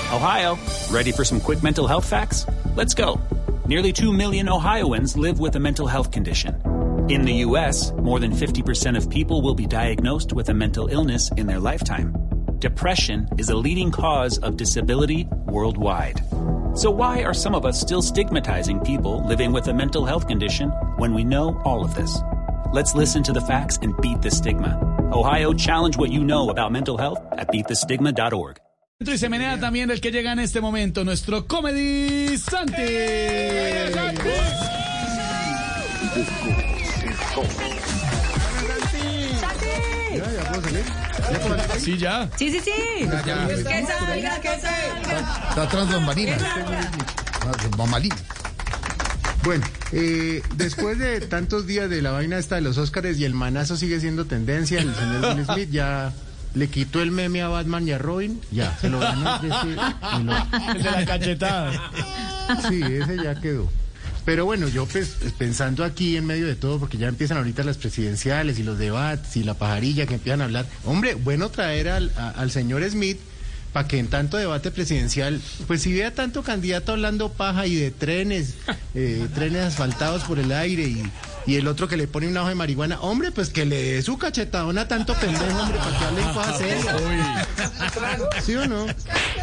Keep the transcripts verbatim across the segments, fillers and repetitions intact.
Ohio, ready for some quick mental health facts? Let's go. Nearly two million Ohioans live with a mental health condition. In the U S, more than fifty percent of people will be diagnosed with a mental illness in their lifetime. Depression is a leading cause of disability worldwide. So why are some of us still stigmatizing people living with a mental health condition when we know all of this? Let's listen to the facts and beat the stigma. Ohio, challenge what you know about mental health at beat the stigma dot org. Y se menea también el que llega en este momento, nuestro Comedy Santi. Sí, ya. Sí, sí, sí. Ya, ya. Es que salga, que salga. Está tras bambalinas. Tras bambalinas. Bueno, eh, después de tantos días de la vaina esta de los Óscares y el manazo sigue siendo tendencia, el señor Will Smith ya le quitó el meme a Batman y a Robin, ya, se lo ganó. Ese, lo... El de la cachetada. Sí, ese ya quedó. Pero bueno, yo pues, pensando aquí en medio de todo, porque ya empiezan ahorita las presidenciales y los debates y la pajarilla que empiezan a hablar. Hombre, bueno traer al, a, al señor Smith para que en tanto debate presidencial, pues si vea tanto candidato hablando paja y de trenes, eh, trenes asfaltados por el aire y, y el otro que le pone un ajo de marihuana, hombre, pues que le dé su cachetadona a tanto pendejo, hombre, para que hablen cosas serias. ¿Sí o no?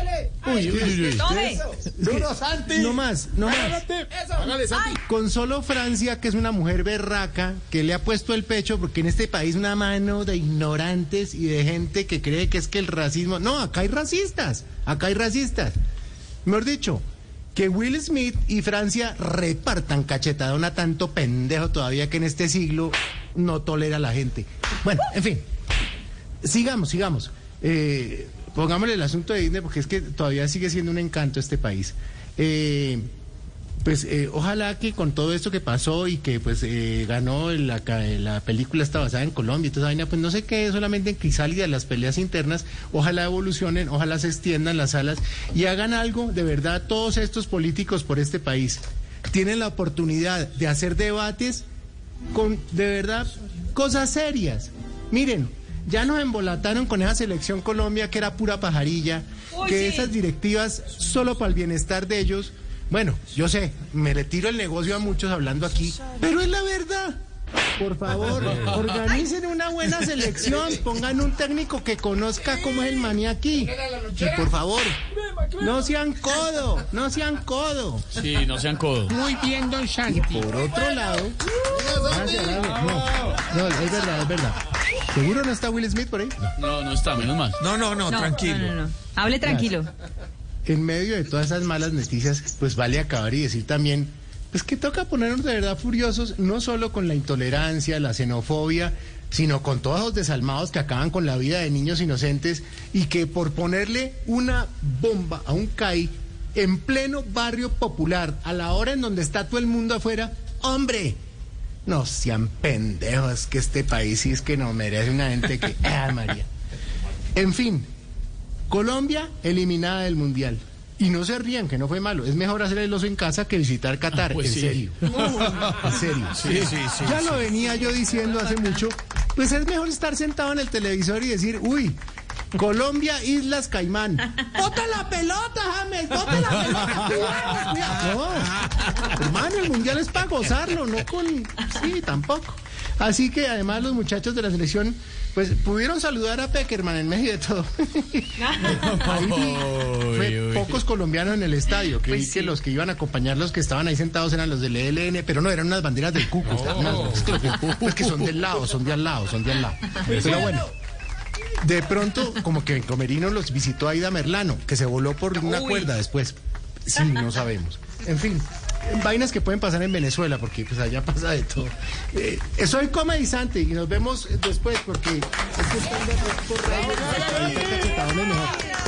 Uy, uy, uy, uy. Tome. Duro, Santi. No más, no más. Hágale, Santi. Con solo Francia, que es una mujer berraca, que le ha puesto el pecho, porque en este país una mano de ignorantes y de gente que cree que es que el racismo... No, acá hay racistas, acá hay racistas. Mejor dicho, que Will Smith y Francia repartan cachetadona tanto pendejo todavía que en este siglo no tolera a la gente. Bueno, en fin, sigamos, sigamos. Eh... Pongámosle el asunto de Disney porque es que todavía sigue siendo un encanto este país. Eh, pues eh, ojalá que con todo esto que pasó y que pues eh, ganó la, la película está basada en Colombia y toda esa vaina, pues no se quede solamente en crisálida las peleas internas, ojalá evolucionen, ojalá se extiendan las alas y hagan algo de verdad todos estos políticos por este país. Tienen la oportunidad de hacer debates con de verdad cosas serias. Miren, ya nos embolataron con esa selección Colombia que era pura pajarilla, Uy, que sí. Esas directivas solo para el bienestar de ellos. Bueno, yo sé, me retiro el negocio a muchos hablando aquí, pero es la verdad. Por favor, organicen una buena selección, pongan un técnico que conozca cómo es el maní aquí. Y por favor, no sean codo, no sean codo. Sí, no sean codo. Muy bien, don Santi. Y por otro lado... Gracias, gracias. No, no, es verdad, es verdad. ¿Seguro no está Will Smith por ahí? No, no está, menos mal. No, no, no, no tranquilo. No, no, no. Hable tranquilo. Gracias. En medio de todas esas malas noticias, pues vale acabar y decir también, pues que toca ponernos de verdad furiosos, no solo con la intolerancia, la xenofobia, sino con todos los desalmados que acaban con la vida de niños inocentes y que por ponerle una bomba a un C A I en pleno barrio popular, a la hora en donde está todo el mundo afuera, ¡hombre! No sean pendejos, que este país sí es que no merece una gente que... ¡Ah, María! En fin, Colombia eliminada del Mundial. Y no se rían, que no fue malo. Es mejor hacer el oso en casa que visitar Qatar, ah, pues en sí. serio. En serio. Sí, sí, sí. Ya sí. lo venía yo diciendo hace mucho. Pues es mejor estar sentado en el televisor y decir, uy, Colombia, Islas Caimán. ¡Bota la pelota, James! ¡Bota la pelota! ¡Cuidado, cuidado! No, hermano, el Mundial es para gozarlo, no con... Sí, tampoco. Así que además los muchachos de la selección pues pudieron saludar a Peckerman en medio de todo. Ahí vi, fue pocos colombianos en el estadio. Creí pues sí. que los que iban a acompañar, los que estaban ahí sentados eran los del E L N, pero no, eran unas banderas del Cuco. Oh. Unas, pues que son del lado, son de al lado, son de al lado. Pero bueno, de pronto como que en Comerino los visitó Aida Merlano, que se voló por una Uy. cuerda después. Sí, no sabemos. En fin. Vainas que pueden pasar en Venezuela, porque pues allá pasa de todo. Eh, soy Comedy Santi y nos vemos después porque es que están de por